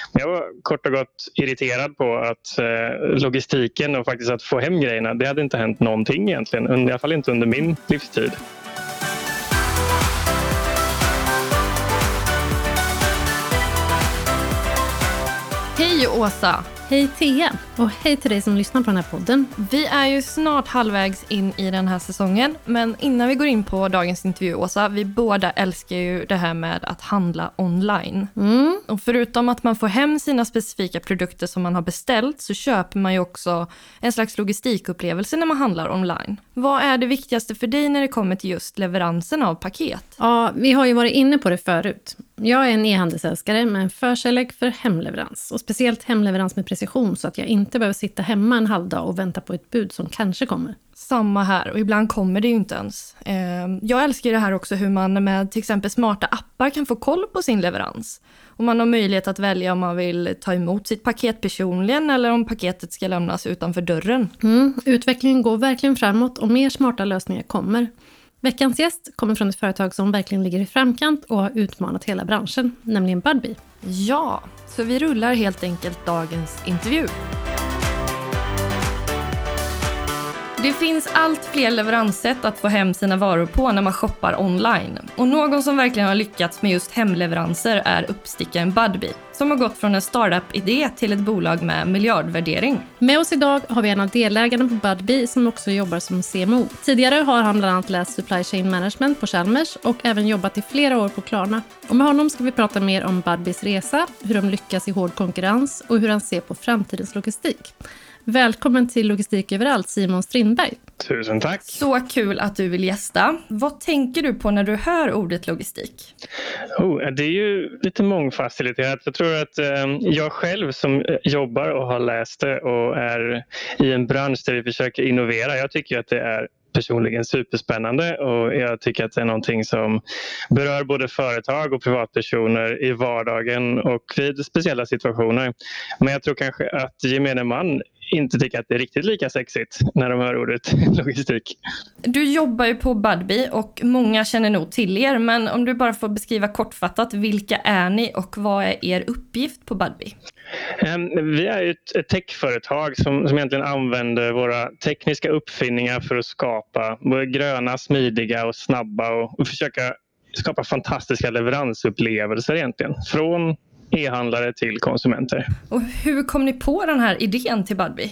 Jag var kort och gott irriterad på att logistiken och faktiskt att få hem grejerna, det hade inte hänt någonting egentligen. I alla fall inte under min livstid. Hej Åsa! Hej Thea! Och hej till dig som lyssnar på den här podden. Vi är ju snart halvvägs in i den här säsongen. Men innan vi går in på dagens intervju, Åsa, vi båda älskar ju det här med att handla online. Och förutom att man får hem sina specifika produkter som man har beställt, så köper man ju också en slags logistikupplevelse när man handlar online. Vad är det viktigaste för dig när det kommer till just leveransen av paket? Ja, vi har ju varit inne på det förut. Jag är en e-handelsälskare med en förkärlek för hemleverans. Och speciellt hemleverans med precision, så att jag inte behöver sitta hemma en halvdag och vänta på ett bud som kanske kommer. Samma här, och ibland kommer det ju inte ens. Jag älskar det här också, hur man med till exempel smarta appar kan få koll på sin leverans. Och man har möjlighet att välja om man vill ta emot sitt paket personligen eller om paketet ska lämnas utanför dörren. Utvecklingen går verkligen framåt och mer smarta lösningar kommer. Veckans gäst kommer från ett företag som verkligen ligger i framkant och har utmanat hela branschen, nämligen Budbee. Ja, så vi rullar helt enkelt dagens intervju. Det finns allt fler leveranssätt att få hem sina varor på när man shoppar online. Och någon som verkligen har lyckats med just hemleveranser är uppstickaren Budbee, som har gått från en startup-idé till ett bolag med miljardvärdering. Med oss idag har vi en av delägarna på Budbee som också jobbar som CMO. Tidigare har han bland annat läst Supply Chain Management på Chalmers och även jobbat i flera år på Klarna. Och med honom ska vi prata mer om Budbees resa, hur de lyckas i hård konkurrens och hur han ser på framtidens logistik. Välkommen till Logistik överallt, Simon Strindberg. Tusen tack. Så kul att du vill gästa. Vad tänker du på när du hör ordet logistik? Det är ju lite mångfaciliterat. Jag tror att jag själv som jobbar och har läst det och är i en bransch där vi försöker innovera, jag tycker att det är personligen superspännande, och jag tycker att det är någonting som berör både företag och privatpersoner i vardagen och vid speciella situationer. Men jag tror kanske att gemene man inte tycker att det är riktigt lika sexigt när de hör ordet logistik. Du jobbar ju på Budbee och många känner nog till er, men om du bara får beskriva kortfattat, vilka är ni och vad är er uppgift på Budbee? Vi är ett techföretag som egentligen använder våra tekniska uppfinningar för att skapa både gröna, smidiga och snabba och försöka skapa fantastiska leveransupplevelser egentligen. Från e-handlare till konsumenter. Och hur kom ni på den här idén till Budbee?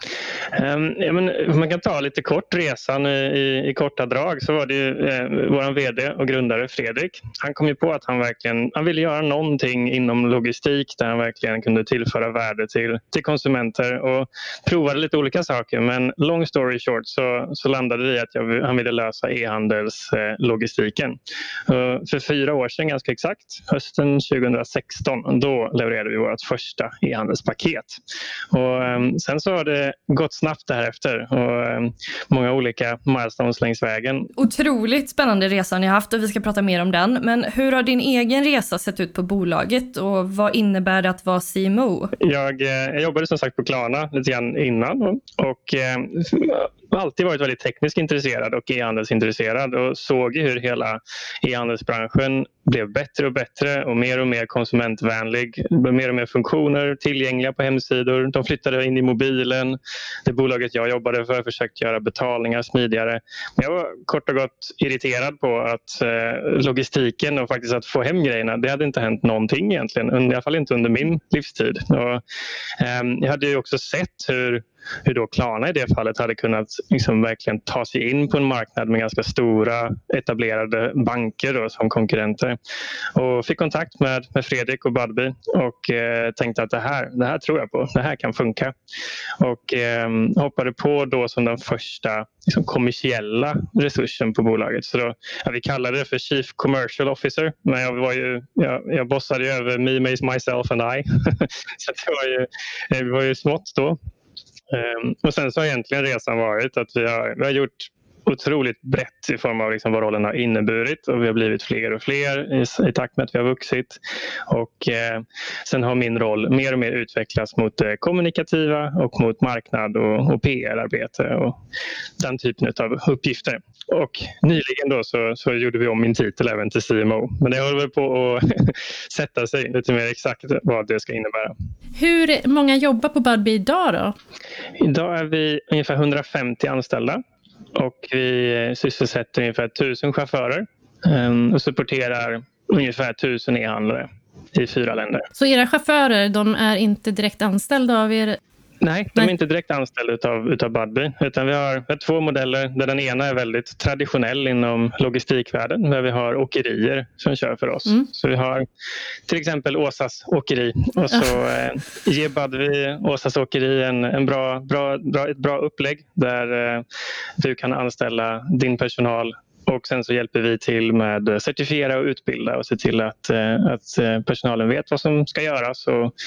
Man kan ta lite kort resan i korta drag. Så var det ju vår vd och grundare Fredrik. Han kom ju på att han ville göra någonting inom logistik där han verkligen kunde tillföra värde till konsumenter, och provade lite olika saker. Men long story short så landade det i att han ville lösa e-handelslogistiken. För 4 år sedan ganska exakt, hösten 2016, då levererade vi vårt första e-handelspaket. Och sen så har det gått snabbt därefter och många olika milestones längs vägen. Otroligt spännande resa ni har haft, och vi ska prata mer om den. Men hur har din egen resa sett ut på bolaget och vad innebär det att vara CMO? Jag jobbade som sagt på Klarna lite grann innan och alltid varit väldigt tekniskt intresserad och e-handelsintresserad, och såg hur hela e-handelsbranschen blev bättre och bättre och mer konsumentvänlig. Mer och mer funktioner tillgängliga på hemsidor. De flyttade in i mobilen. Det bolaget jag jobbade för försökte göra betalningar smidigare. Men jag var kort och gott irriterad på att logistiken och faktiskt att få hem grejerna, det hade inte hänt någonting egentligen. I alla fall inte under min livstid. Och, jag hade ju också sett hur då Klarna i det fallet hade kunnat liksom verkligen ta sig in på en marknad med ganska stora etablerade banker då, som konkurrenter. Och fick kontakt med Fredrik och Budbee och tänkte att det här tror jag på. Det här kan funka. Och hoppade på då som den första liksom kommersiella resursen på bolaget. Så då, vi kallade det för Chief Commercial Officer. Men jag bossade ju över me, myself and I. Så det var ju smått då. Och sen så har egentligen resan varit att vi har gjort otroligt brett i form av liksom vad rollen har inneburit, och vi har blivit fler och fler i takt med att vi har vuxit. Och sen har min roll mer och mer utvecklats mot kommunikativa och mot marknad och PR-arbete och den typen av uppgifter. Och nyligen då så gjorde vi om min titel även till CMO. Men det håller väl på att sätta sig lite mer exakt vad det ska innebära. Hur många jobbar på Budbee idag då? Idag är vi ungefär 150 anställda och vi sysselsätter ungefär 1000 chaufförer och supporterar ungefär 1000 e-handlare i 4 länder. Så era chaufförer, de är inte direkt anställda av er? Nej, de är inte direkt anställda utav Budbee, utan vi har 2 modeller där den ena är väldigt traditionell inom logistikvärlden, där vi har åkerier som kör för oss. Så vi har till exempel Åsas åkeri och så ger Budbee Åsas åkeri ett bra upplägg där du kan anställa din personal. Och sen så hjälper vi till med certifiera och utbilda och se till att personalen vet vad som ska göras.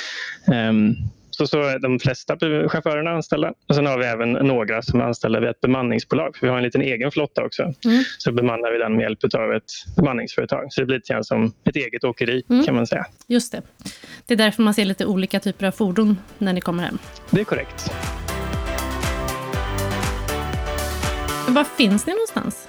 Så är de flesta chaufförerna anställda. Och sen har vi även några som är anställda vid ett bemanningsbolag. För vi har en liten egen flotta också. Så bemannar vi den med hjälp av ett bemanningsföretag. Så det blir lite grann som ett eget åkeri kan man säga. Just det. Det är därför man ser lite olika typer av fordon när ni kommer hem. Det är korrekt. Var finns ni någonstans?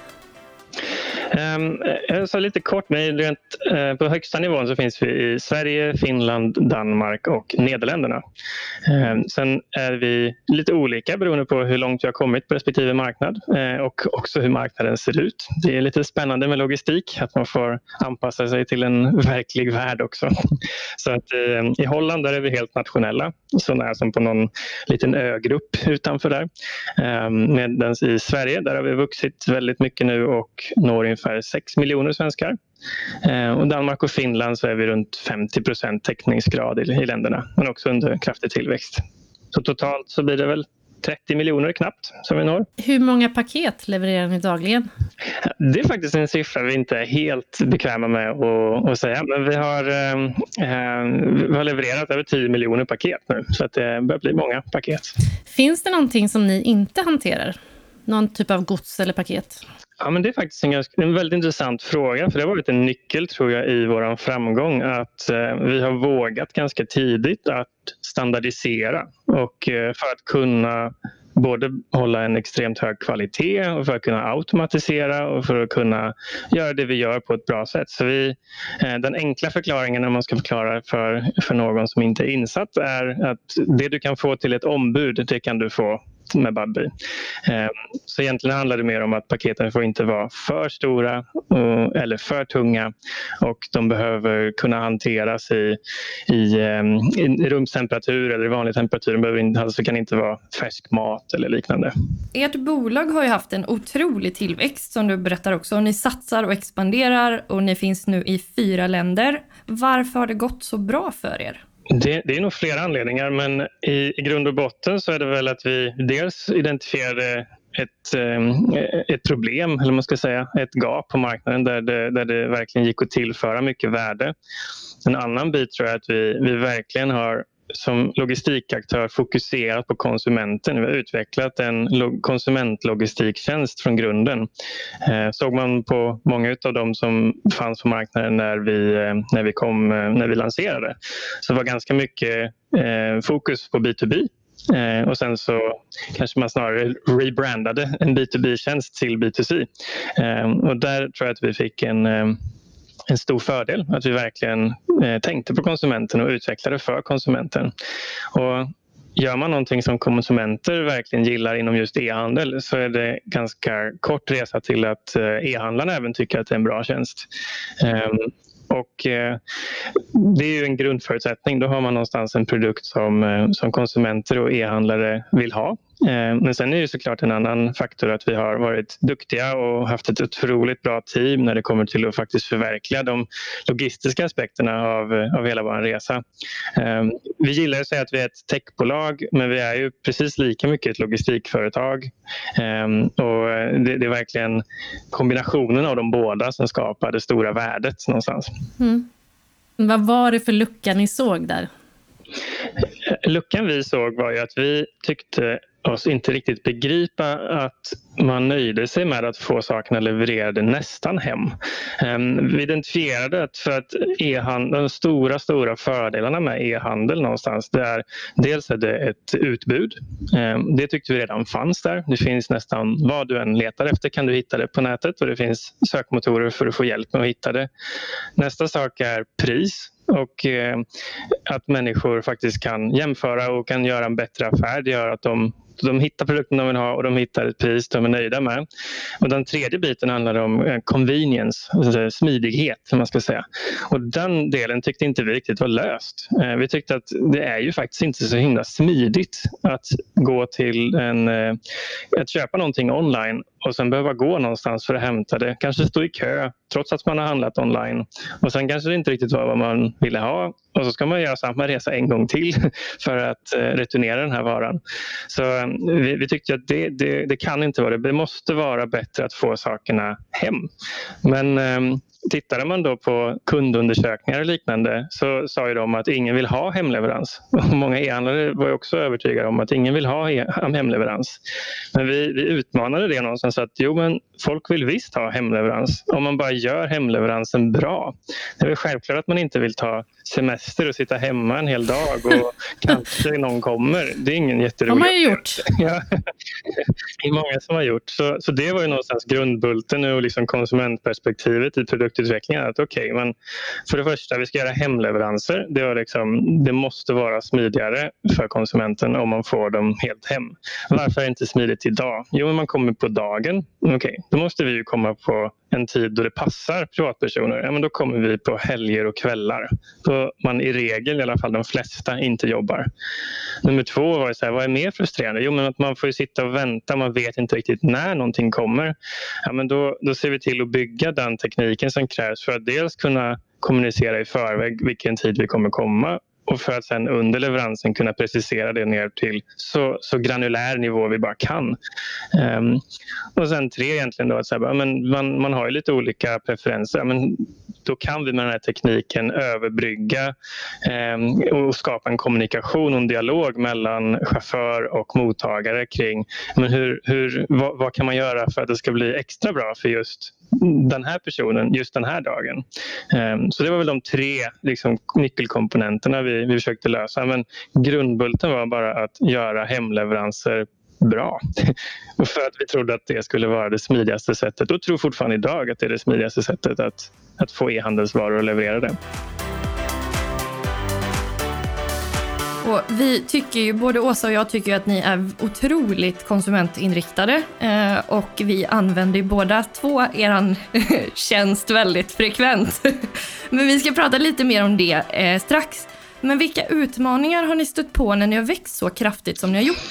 Jag sa lite kort, men på högsta nivån så finns vi i Sverige, Finland, Danmark och Nederländerna. Sen är vi lite olika beroende på hur långt vi har kommit på respektive marknad och också hur marknaden ser ut. Det är lite spännande med logistik, att man får anpassa sig till en verklig värld också. Så att i Holland där är vi helt nationella, så när som på någon liten ögrupp utanför där. Medan i Sverige där har vi vuxit väldigt mycket nu och når ungefär 6 miljoner svenskar. Och Danmark och Finland så är vi runt 50% täckningsgrad i länderna, men också under kraftig tillväxt. Så totalt så blir det väl 30 miljoner knappt som vi når. Hur många paket levererar ni dagligen? Det är faktiskt en siffra vi inte är helt bekväma med att säga. Men vi har levererat över 10 miljoner paket nu, så att det börjar bli många paket. Finns det någonting som ni inte hanterar? Någon typ av gods eller paket? Ja, men det är faktiskt en väldigt intressant fråga, för det har varit en nyckel tror jag i vår framgång att vi har vågat ganska tidigt att standardisera och för att kunna både hålla en extremt hög kvalitet och för att kunna automatisera och för att kunna göra det vi gör på ett bra sätt. Så den enkla förklaringen när man ska förklara för någon som inte är insatt är att det du kan få till ett ombud, det kan du få med Budbee. Så egentligen handlar det mer om att paketen får inte vara för stora eller för tunga, och de behöver kunna hanteras i rumstemperatur eller i vanlig temperatur. Alltså kan inte vara färsk mat eller liknande. Ert bolag har ju haft en otrolig tillväxt som du berättar också. Ni satsar och expanderar och ni finns nu i 4 länder. Varför har det gått så bra för er? Det är nog flera anledningar, men i grund och botten så är det väl att vi dels identifierade ett problem, eller man ska säga ett gap på marknaden där det verkligen gick att tillföra mycket värde. En annan bit tror jag att vi verkligen har som logistikaktör fokuserat på konsumenten. Vi har utvecklat en konsumentlogistiktjänst från grunden. Såg man på många av dem som fanns på marknaden när vi lanserade, så var ganska mycket fokus på B2B. Och sen så kanske man snarare rebrandade en B2B-tjänst till B2C. Och där tror jag att vi fick en stor fördel, att vi verkligen tänkte på konsumenten och utvecklade för konsumenten. Och gör man någonting som konsumenter verkligen gillar inom just e-handel, så är det ganska kort resa till att e-handlarna även tycker att det är en bra tjänst. Och det är ju en grundförutsättning. Då har man någonstans en produkt som konsumenter och e-handlare vill ha. Men sen är det såklart en annan faktor att vi har varit duktiga och haft ett otroligt bra team när det kommer till att faktiskt förverkliga de logistiska aspekterna av hela vår resa. Vi gillar att säga att vi är ett techbolag, men vi är ju precis lika mycket ett logistikföretag. Och det är verkligen kombinationen av de båda som skapar det stora värdet någonstans. Vad var det för lucka ni såg där? Luckan vi såg var ju att vi tyckte oss inte riktigt begripa att man nöjde sig med att få sakerna levererade nästan hem. Vi identifierade att för att de stora fördelarna med e-handel någonstans, det är dels är det ett utbud. Det tyckte vi redan fanns där. Det finns nästan vad du än letar efter kan du hitta det på nätet och det finns sökmotorer för att få hjälp med att hitta det. Nästa sak är pris. Och att människor faktiskt kan jämföra och kan göra en bättre affär. Det gör att de hittar produkten de vill ha och de hittar ett pris de är nöjda med. Och den tredje biten handlar om convenience, alltså smidighet som man ska säga. Och den delen tyckte inte vi riktigt var löst. Vi tyckte att det är ju faktiskt inte så himla smidigt att gå till att köpa någonting online och sen behöva gå någonstans för att hämta det. Kanske stå i kö trots att man har handlat online. Och sen kanske det inte riktigt var vad man ville ha. Och så ska man göra samma resa en gång till för att returnera den här varan. Så vi tyckte att det kan inte vara det. Det måste vara bättre att få sakerna hem. Men tittade man då på kundundersökningar och liknande så sa ju de att ingen vill ha hemleverans. Och många e-handlare var ju också övertygade om att ingen vill ha hemleverans. Men vi utmanade det någonstans att men folk vill visst ha hemleverans om man bara gör hemleveransen bra. Det är väl självklart att man inte vill ta semester och sitta hemma en hel dag och kanske någon kommer. Det är ingen jätterolig. De har ju gjort. Ja, det är många som har gjort. Så det var ju någonstans grundbulten och liksom konsumentperspektivet i produktutvecklingen. Att men för det första, vi ska göra hemleveranser. Det måste vara smidigare för konsumenten om man får dem helt hem. Varför är det inte smidigt idag? Jo, men man kommer på dagen. Då måste vi ju komma på en tid då det passar privatpersoner. Ja, men då kommer vi på helger och kvällar. Då man i regel, i alla fall de flesta, inte jobbar. Nummer 2 var så här, vad är mer frustrerande? Jo, men att man får sitta och vänta. Man vet inte riktigt när någonting kommer. Ja, men då ser vi till att bygga den tekniken som krävs för att dels kunna kommunicera i förväg vilken tid vi kommer komma. Och för att sen under leveransen kunna precisera det ner till så granulär nivå vi bara kan. Och sen 3 egentligen då att säga, men man har ju lite olika preferenser. Men då kan vi med den här tekniken överbrygga och skapa en kommunikation och en dialog mellan chaufför och mottagare kring vad kan man göra för att det ska bli extra bra för just den här personen just den här dagen. Så det var väl de 3 nyckelkomponenterna vi försökte lösa. Men grundbulten var bara att göra hemleveranser bra. Och för att vi trodde att det skulle vara det smidigaste sättet. Och tror fortfarande idag att det är det smidigaste sättet att få e-handelsvaror och leverera det. Och vi tycker ju, både Åsa och jag tycker att ni är otroligt konsumentinriktade och vi använder ju båda två eran tjänst väldigt frekvent. Men vi ska prata lite mer om det strax. Men vilka utmaningar har ni stött på när ni har växt så kraftigt som ni har gjort?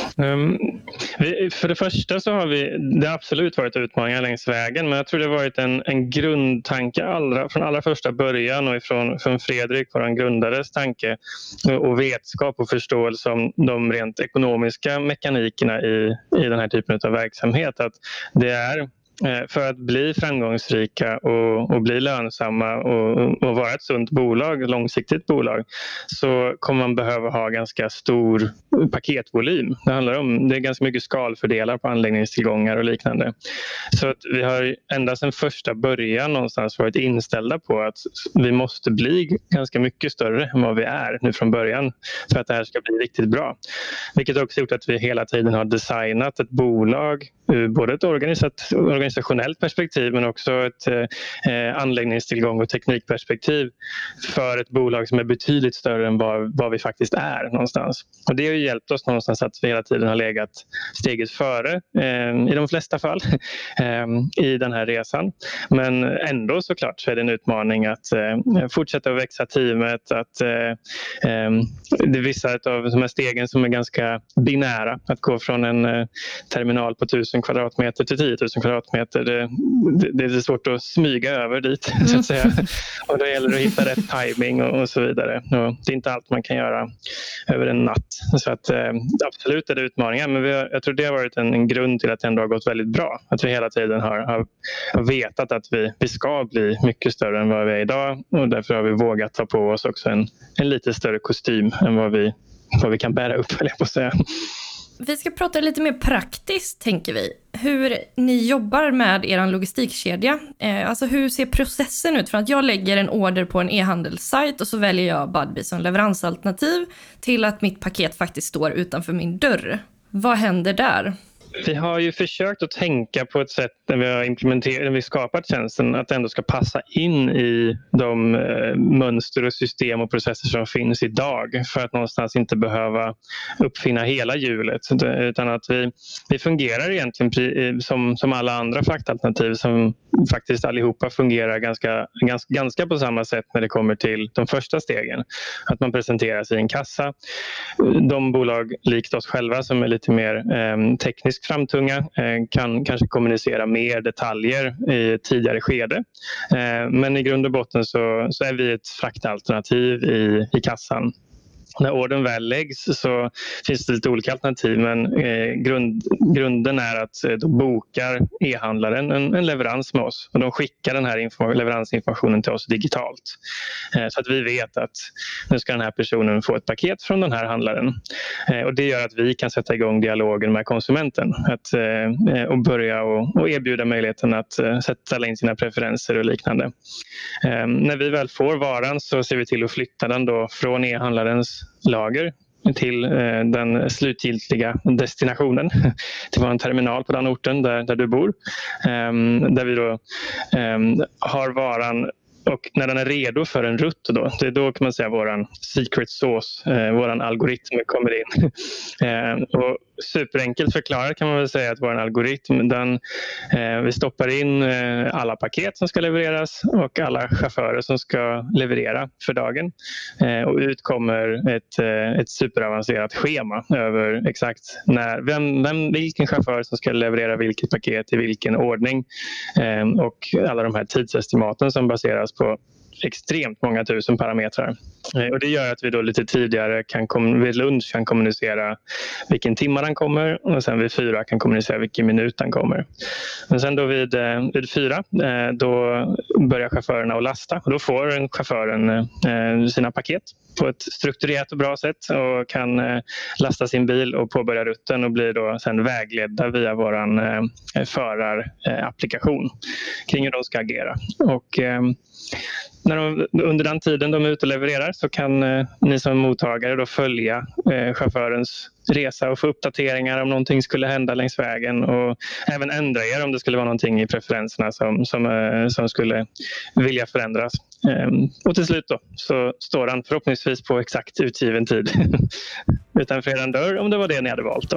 För det första så har det absolut varit utmaningar längs vägen, men jag tror det har varit en grundtanke från allra första början och från Fredrik, vår grundares tanke och vetskap och förståelse om de rent ekonomiska mekanikerna i den här typen av verksamhet. Att det är för att bli framgångsrika och bli lönsamma och vara ett sunt bolag, långsiktigt bolag, så kommer man behöva ha ganska stor paketvolym. Det är ganska mycket skalfördelar på anläggningstillgångar och liknande. Så att vi har ända sedan första början någonstans varit inställda på att vi måste bli ganska mycket större än vad vi är nu från början för att det här ska bli riktigt bra. Vilket också gjort att vi hela tiden har designat ett bolag, både ett organisationellt perspektiv men också ett anläggningstillgång och teknikperspektiv för ett bolag som är betydligt större än vad vi faktiskt är någonstans. Och det har ju hjälpt oss någonstans att vi hela tiden har legat steget före i de flesta fall i den här resan. Men ändå såklart så är det en utmaning att fortsätta att växa teamet, att det är vissa av de här stegen som är ganska binära, att gå från en terminal på 1000 kvadratmeter till 10 000 kvadratmeter. Det är svårt att smyga över dit så att säga. Och då gäller det att hitta rätt timing och så vidare. Och det är inte allt man kan göra över en natt. Så att absolut är det utmaningar, men jag tror det har varit en grund till att det ändå har gått väldigt bra. Att vi hela tiden har vetat att vi ska bli mycket större än vad vi är idag, och därför har vi vågat ta på oss också en lite större kostym än vad vi kan bära upp, eller på att säga. Vi ska prata lite mer praktiskt, tänker vi. Hur ni jobbar med er logistikkedja. Alltså hur ser processen ut? För att jag lägger en order på en e-handelssajt och så väljer jag Budbee som leveransalternativ till att mitt paket faktiskt står utanför min dörr. Vad händer där? Vi har ju försökt att tänka på ett sätt när vi har när vi skapat tjänsten att det ändå ska passa in i de mönster och system och processer som finns idag för att någonstans inte behöva uppfinna hela hjulet, utan att vi fungerar egentligen som alla andra fraktalternativ som faktiskt allihopa fungerar ganska på samma sätt när det kommer till de första stegen. Att man presenterar sig i en kassa. De bolag likt oss själva som är lite mer tekniskt framtunga kan kanske kommunicera mer detaljer i ett tidigare skede. Men i grund och botten så är vi ett fraktalternativ i kassan. När ordern väl läggs så finns det lite olika alternativ, men grunden är att då bokar e-handlaren en leverans med oss och de skickar den här leveransinformationen till oss digitalt. Så att vi vet att nu ska den här personen få ett paket från den här handlaren. Och det gör att vi kan sätta igång dialogen med konsumenten och börja och erbjuda möjligheten att ställa in sina preferenser och liknande. När vi väl får varan så ser vi till att flytta den då från e-handlarens lager till den slutgiltiga destinationen, till vår terminal på den orten där du bor. Där vi då har varan och när den är redo för en rutt det är då kan man säga våran secret sauce, våran algoritm kommer in. Och superenkelt förklarat kan man väl säga att vår algoritm vi stoppar in alla paket som ska levereras och alla chaufförer som ska leverera för dagen. Och ut kommer ett superavancerat schema över exakt vilken chaufför som ska leverera vilket paket i vilken ordning. Och alla de här tidsestimaten som baseras på extremt många tusen parametrar. Och det gör att vi då lite tidigare vid lunch kan kommunicera vilken timme den kommer och sen vid 4 kan kommunicera vilken minut den kommer. Men sen då vid 4 då börjar chaufförerna att lasta och då får chauffören sina paket på ett strukturerat och bra sätt och kan lasta sin bil och påbörja rutten och blir då sen vägledda via våran förarapplikation kring hur de ska agera. Och under den tiden de är ute och levererar så kan ni som mottagare då följa chaufförens resa och få uppdateringar om någonting skulle hända längs vägen och även ändra om det skulle vara någonting i preferenserna som skulle vilja förändras. Och till slut då så står han förhoppningsvis på exakt utgiven tid utanför er dörr om det var det ni hade valt då.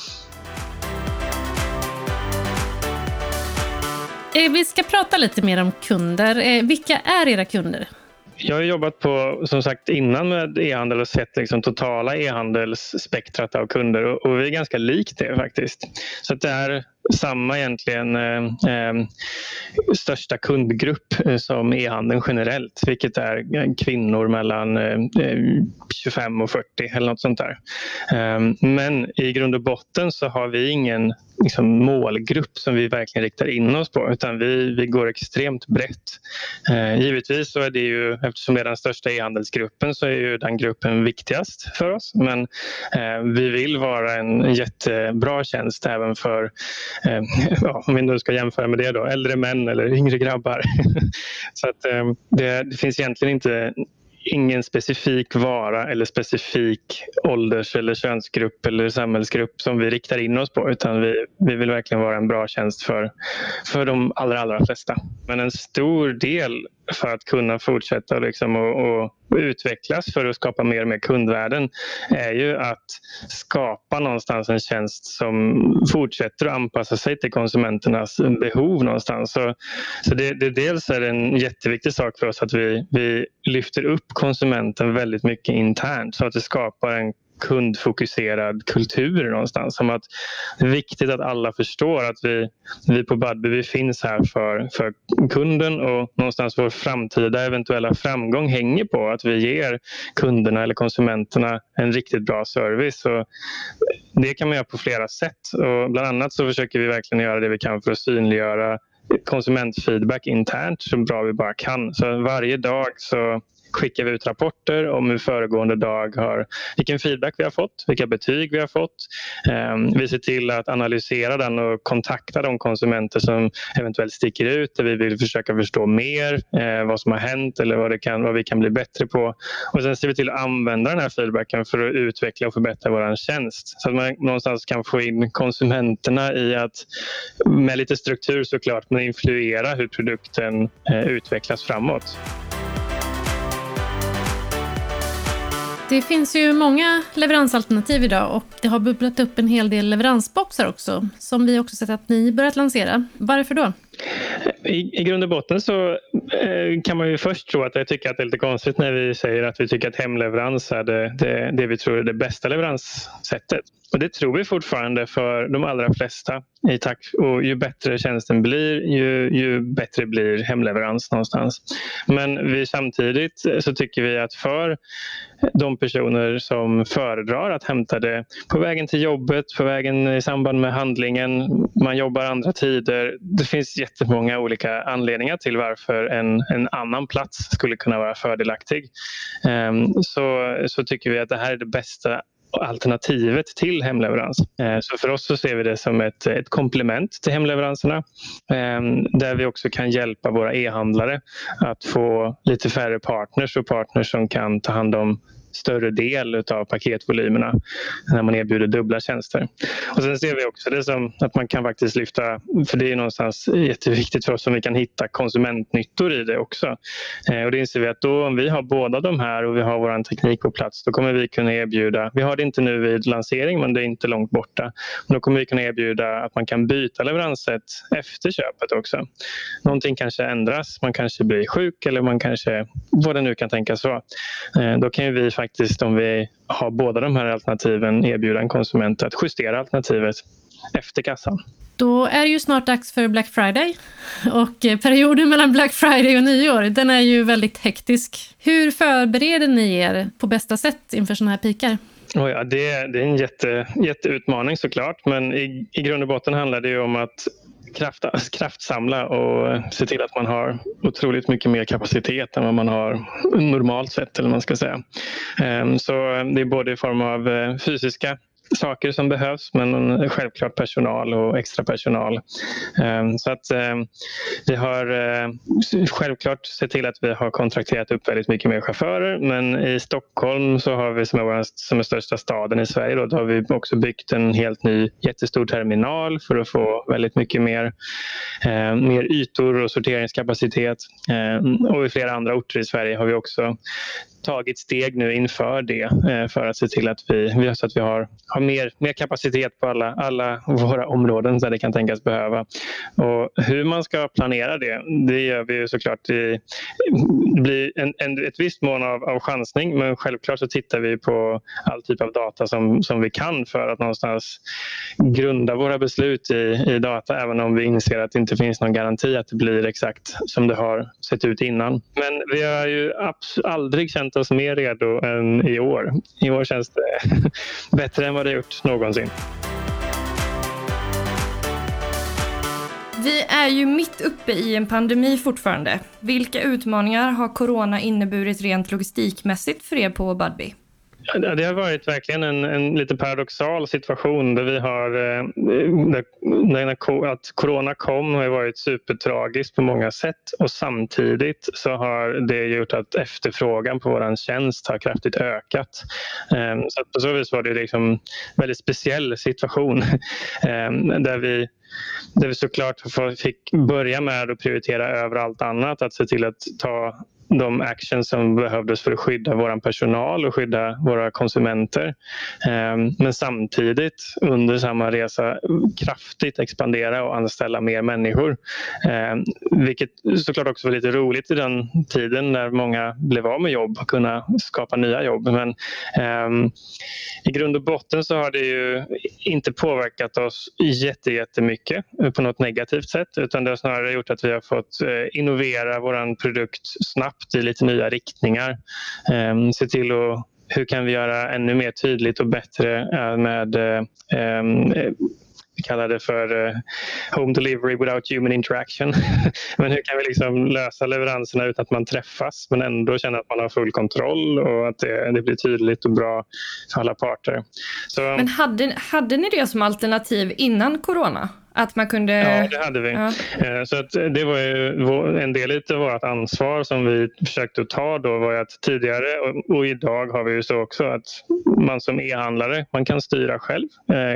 Vi ska prata lite mer om kunder. Vilka är era kunder? Jag har jobbat på, som sagt, innan med e-handel och sett liksom totala e-handelsspektrat av kunder och vi är ganska likt det faktiskt. Så att det är samma egentligen största kundgrupp som e-handeln generellt, vilket är kvinnor mellan 25 och 40 eller något sånt där. Men i grund och botten så har vi ingen målgrupp som vi verkligen riktar in oss på, utan vi går extremt brett. Givetvis så är det ju, eftersom det är den största e-handelsgruppen så är ju den gruppen viktigast för oss, men vi vill vara en jättebra tjänst även för om vi nu ska jämföra med det då, äldre män eller yngre grabbar. Så att det finns egentligen ingen specifik vara eller specifik ålders- eller könsgrupp eller samhällsgrupp som vi riktar in oss på, utan vi vill verkligen vara en bra tjänst för de allra flesta. Men en stor del för att kunna fortsätta och utvecklas för att skapa mer och mer kundvärden är ju att skapa någonstans en tjänst som fortsätter att anpassa sig till konsumenternas behov någonstans. Så det dels är en jätteviktig sak för oss att vi lyfter upp konsumenten väldigt mycket internt så att det skapar en kundfokuserad kultur någonstans. Som att det är viktigt att alla förstår att vi på Budbee finns här för kunden och någonstans vår framtida eventuella framgång hänger på att vi ger kunderna eller konsumenterna en riktigt bra service. Och det kan man göra på flera sätt och bland annat så försöker vi verkligen göra det vi kan för att synliggöra konsumentfeedback internt så bra vi bara kan. Så varje dag så skickar vi ut rapporter om hur föregående dag vilken feedback vi har fått, vilka betyg vi har fått. Vi ser till att analysera den och kontakta de konsumenter som eventuellt sticker ut, där vi vill försöka förstå mer vad som har hänt eller vad vi kan bli bättre på. Och sen ser vi till att använda den här feedbacken för att utveckla och förbättra vår tjänst. Så att man någonstans kan få in konsumenterna i att med lite struktur såklart, men influera hur produkten utvecklas framåt. Det finns ju många leveransalternativ idag och det har bubblat upp en hel del leveransboxar också som vi också sett att ni börjat lansera. Varför då? I grund och botten så kan man ju först tro att jag tycker att det är lite konstigt när vi säger att vi tycker att hemleverans är det vi tror är det bästa leveranssättet. Och det tror vi fortfarande för de allra flesta. Och ju bättre tjänsten blir, ju bättre blir hemleverans någonstans. Men samtidigt så tycker vi att för de personer som föredrar att hämta det på vägen till jobbet, på vägen i samband med handlingen, man jobbar andra tider. Det finns jättemånga olika anledningar till varför en annan plats skulle kunna vara fördelaktig. Så tycker vi att det här är det bästa alternativet till hemleverans. Så för oss så ser vi det som ett komplement till hemleveranserna där vi också kan hjälpa våra e-handlare att få lite färre partners som kan ta hand om större del av paketvolymerna när man erbjuder dubbla tjänster. Och sen ser vi också det som att man kan faktiskt lyfta, för det är någonstans jätteviktigt för oss om vi kan hitta konsumentnyttor i det också. Och det inser vi att då om vi har båda de här och vi har vår teknik på plats, då kommer vi kunna erbjuda, vi har det inte nu vid lansering men det är inte långt borta, men då kommer vi kunna erbjuda att man kan byta leveranssätt efter köpet också. Någonting kanske ändras, man kanske blir sjuk eller man kanske, vad det nu kan tänkas vara. Då kan ju vi faktiskt, om vi har båda de här alternativen, erbjuda en konsument att justera alternativet efter kassan. Då är det ju snart dags för Black Friday och perioden mellan Black Friday och nyår, den är ju väldigt hektisk. Hur förbereder ni er på bästa sätt inför sådana här pikar? Ja, det är en jätteutmaning såklart, men i grund och botten handlar det ju om att kraftsamla och se till att man har otroligt mycket mer kapacitet än vad man har normalt sett, eller man ska säga. Så det är både i form av fysiska saker som behövs, men självklart personal och extra personal. Så att vi har självklart sett till att vi har kontrakterat upp väldigt mycket mer chaufförer, men i Stockholm så har vi som är största staden i Sverige då har vi också byggt en helt ny jättestor terminal för att få väldigt mycket mer ytor och sorteringskapacitet. Och i flera andra orter i Sverige har vi också tagit steg nu inför det för att se till att vi har mer kapacitet på alla våra områden där det kan tänkas behöva. Och hur man ska planera det gör vi ju såklart. Det blir ett visst mån av chansning, men självklart så tittar vi på all typ av data som vi kan för att någonstans grunda våra beslut i data, även om vi inser att det inte finns någon garanti att det blir exakt som det har sett ut innan. Men vi har ju aldrig känt oss mer redo än i år. I år känns det bättre än vad det gjort någonsin. Vi är ju mitt uppe i en pandemi fortfarande. Vilka utmaningar har corona inneburit rent logistikmässigt för er på Budbee? Det har varit verkligen en lite paradoxal situation där vi har att corona kom har varit supertragiskt på många sätt, och samtidigt så har det gjort att efterfrågan på våran tjänst har kraftigt ökat. Så att på så vis var det liksom en väldigt speciell situation där vi såklart fick börja med att prioritera över allt annat, att se till att ta de actions som behövdes för att skydda vår personal och skydda våra konsumenter. Men samtidigt under samma resa kraftigt expandera och anställa mer människor. Vilket såklart också var lite roligt i den tiden när många blev av med jobb och kunna skapa nya jobb. Men i grund och botten så har det ju inte påverkat oss jättemycket på något negativt sätt, utan det har snarare gjort att vi har fått innovera vår produkt snabbt i lite nya riktningar. Se till att hur kan vi göra ännu mer tydligt och bättre med kallar det för home delivery without human interaction. Men hur kan vi liksom lösa leveranserna utan att man träffas men ändå känna att man har full kontroll och att det blir tydligt och bra för alla parter. Så, men hade ni det som alternativ innan corona? Att man kunde... Ja, det hade vi. Ja. Så att det var ju en del av vårt ansvar som vi försökte ta då var att tidigare och idag har vi ju så också att man som e-handlare, man kan styra själv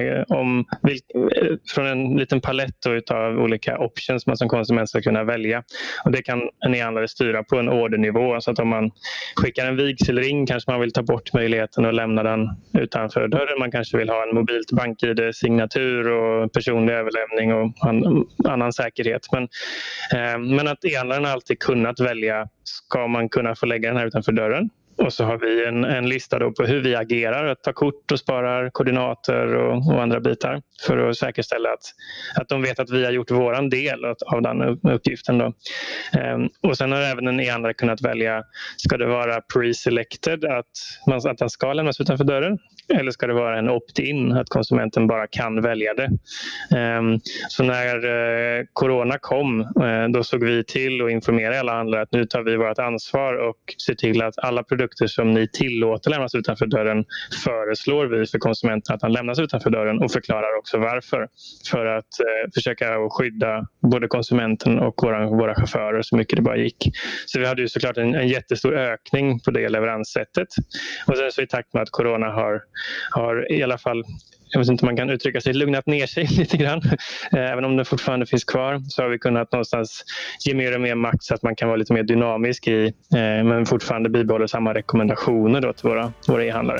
från en liten palett av olika options man som konsument ska kunna välja. Och det kan en e-handlare styra på en ordernivå. Så att om man skickar en vigselring kanske man vill ta bort möjligheten att lämna den utanför dörren. Man kanske vill ha en mobilt bank-ID, signatur och personlig överlämning och annan säkerhet. Men att e-handlaren alltid kunnat välja, ska man kunna få lägga den här utanför dörren? Och så har vi en lista då på hur vi agerar, att ta kort och sparar koordinater och andra bitar för att säkerställa att de vet att vi har gjort våran del av den uppgiften. Då. Och sen har även en e-handlare kunnat välja, ska det vara pre-selected att den ska lämnas utanför dörren? Eller ska det vara en opt-in, att konsumenten bara kan välja det? Så när corona kom, då såg vi till att informera alla handlare att nu tar vi vårt ansvar och ser till att alla produkter som ni tillåter lämnas utanför dörren föreslår vi för konsumenten att han lämnas utanför dörren och förklarar också varför. För att försöka skydda både konsumenten och våra chaufförer så mycket det bara gick. Så vi hade ju såklart en jättestor ökning på det leveranssättet. Och sen så i takt med att corona har i alla fall, jag vet inte om man kan uttrycka sig, lugnat ner sig lite grann. Även om det fortfarande finns kvar så har vi kunnat någonstans ge mer och mer makt så att man kan vara lite mer dynamisk men fortfarande bibehålla samma rekommendationer då till våra e-handlare.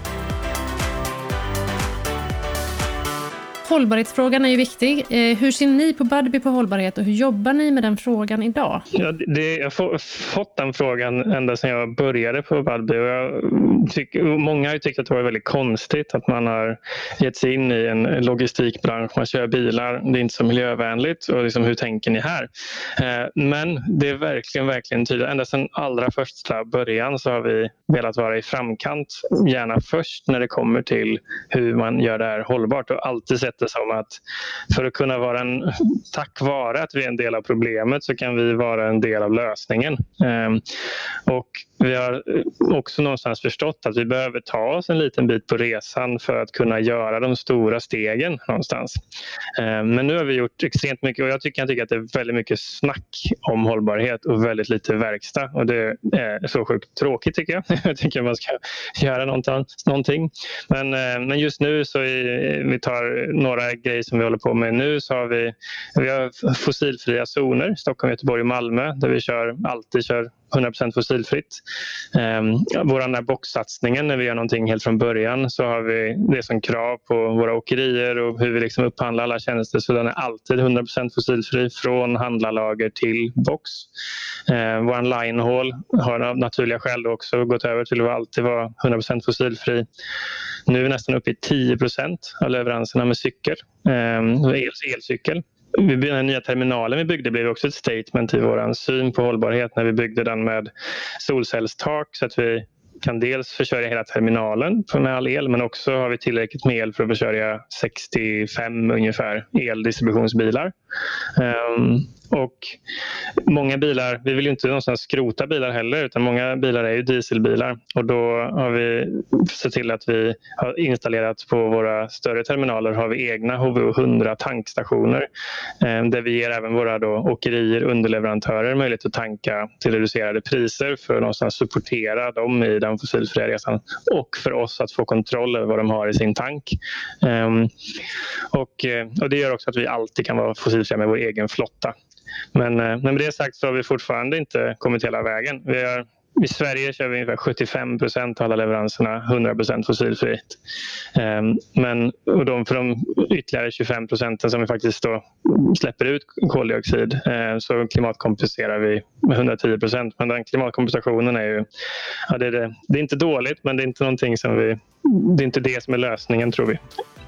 Hållbarhetsfrågan är ju viktig. Hur ser ni på Budbee på hållbarhet och hur jobbar ni med den frågan idag? Ja, jag har fått den frågan ända sedan jag började på Budbee. Och många har tyckt att det var väldigt konstigt att man har gett sig in i en logistikbransch. Man kör bilar, det är inte så miljövänligt. Och liksom, hur tänker ni här? Men det är verkligen tydligt. Ända sedan allra första början så har vi velat vara i framkant. Gärna först när det kommer till hur man gör det här hållbart och alltid sett det som att för att kunna vara tack vare att vi är en del av problemet så kan vi vara en del av lösningen. Och vi har också någonstans förstått att vi behöver ta oss en liten bit på resan för att kunna göra de stora stegen någonstans. Men nu har vi gjort extremt mycket och jag tycker att det är väldigt mycket snack om hållbarhet och väldigt lite verkstad. Och det är så sjukt tråkigt tycker jag. Jag tycker man ska göra någonting. Men just nu så vi tar några grejer som vi håller på med nu så har vi har fossilfria zoner, Stockholm, Göteborg och Malmö där vi alltid kör 100% fossilfritt. Vår den här boxsatsningen när vi gör någonting helt från början så har vi det som krav på våra åkerier och hur vi liksom upphandlar alla tjänster så den är alltid 100% fossilfri från handlarlager till box. Vår linehaul har av naturliga skäl också gått över till att alltid vara 100% fossilfri. Nu är vi nästan uppe i 10% av leveranserna med cykel, elcykel. Den nya terminalen vi byggde blev också ett statement i vår syn på hållbarhet när vi byggde den med solcellstak så att vi kan dels försörja hela terminalen med all el men också har vi tillräckligt med el för att försörja 65 ungefär eldistributionsbilar. Och många bilar, vi vill ju inte någonstans skrota bilar heller utan många bilar är ju dieselbilar och då har vi sett till att vi har installerat på våra större terminaler har vi egna HVO 100 tankstationer där vi ger även våra då åkerier, underleverantörer möjlighet att tanka till reducerade priser för att någonstans supportera dem i den fossilfria resan och för oss att få kontroll över vad de har i sin tank. Och det gör också att vi alltid kan vara fossilfria med vår egen flotta. Men med det sagt så har vi fortfarande inte kommit hela vägen. I Sverige kör vi ungefär 75% av alla leveranserna 100% fossilfritt. Men för de ytterligare 25% som vi faktiskt då släpper ut koldioxid så klimatkompenserar vi med 110%. Men den klimatkompensationen är ju, ja, det är inte dåligt men det är inte någonting som det är inte det som är lösningen tror vi.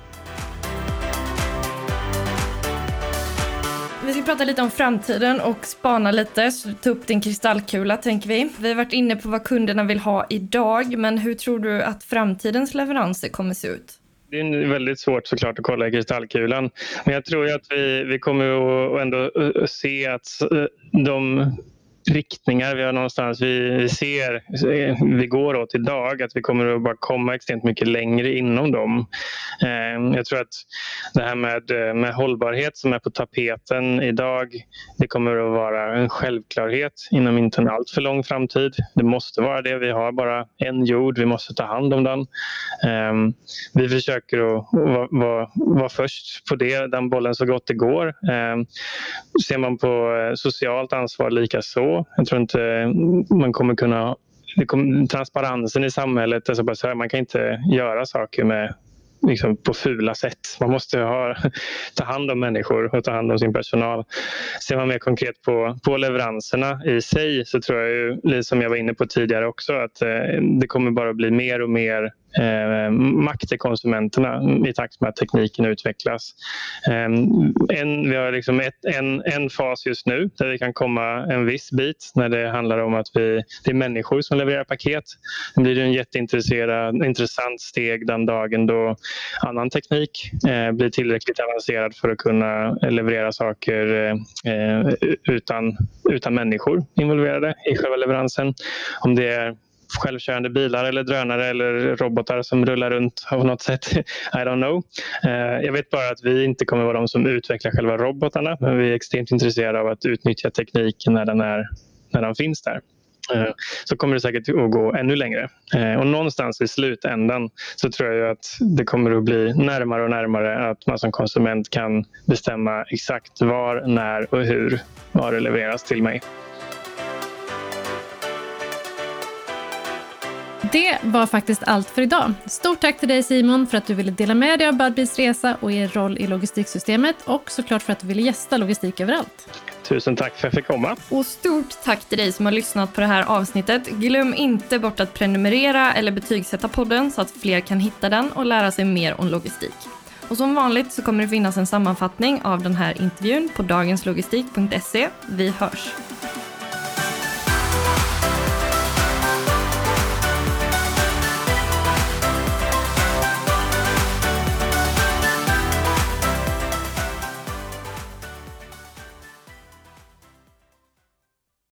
Vi ska prata lite om framtiden och spana lite, så ta upp din kristallkula tänker vi. Vi har varit inne på vad kunderna vill ha idag, men hur tror du att framtidens leveranser kommer se ut? Det är väldigt svårt såklart att kolla i kristallkulan. Men jag tror ju att vi kommer att ändå se att de riktningar vi har någonstans vi går åt idag, att vi kommer att bara komma extremt mycket längre inom dem. Jag tror att det här med hållbarhet som är på tapeten idag, det kommer att vara en självklarhet inom inte en allt för lång framtid. Det måste vara det. Vi har bara en jord, vi måste ta hand om den. Vi försöker att vara först på den bollen så gott det går. Ser man på socialt ansvar lika så. Jag tror inte man kommer kunna... transparensen i samhället, alltså bara så här, man kan inte göra saker med liksom på fula sätt. Man måste ta hand om människor och ta hand om sin personal. Ser man mer konkret på leveranserna i sig, så tror jag ju, lite som jag var inne på tidigare också, att det kommer bara bli mer och mer makt till konsumenterna i takt med att tekniken utvecklas. Vi har liksom en fas just nu där vi kan komma en viss bit när det handlar om att det är människor som levererar paket. Det blir en jätteintressant steg den dagen då annan teknik blir tillräckligt avancerad för att kunna leverera saker utan människor involverade i själva leveransen. Om det är självkörande bilar eller drönare eller robotar som rullar runt på något sätt. I don't know. Jag vet bara att vi inte kommer vara de som utvecklar själva robotarna, men vi är extremt intresserade av att utnyttja tekniken när den finns där. Så kommer det säkert att gå ännu längre. Och någonstans i slutändan så tror jag att det kommer att bli närmare och närmare att man som konsument kan bestämma exakt var, när och hur varor levereras till mig. Det var faktiskt allt för idag. Stort tack till dig Simon för att du ville dela med dig av Budbees resa och er roll i logistiksystemet, och såklart för att du ville gästa Logistik överallt. Tusen tack för att jag fick komma. Och stort tack till dig som har lyssnat på det här avsnittet. Glöm inte bort att prenumerera eller betygsätta podden så att fler kan hitta den och lära sig mer om logistik. Och som vanligt så kommer det finnas en sammanfattning av den här intervjun på dagenslogistik.se. Vi hörs!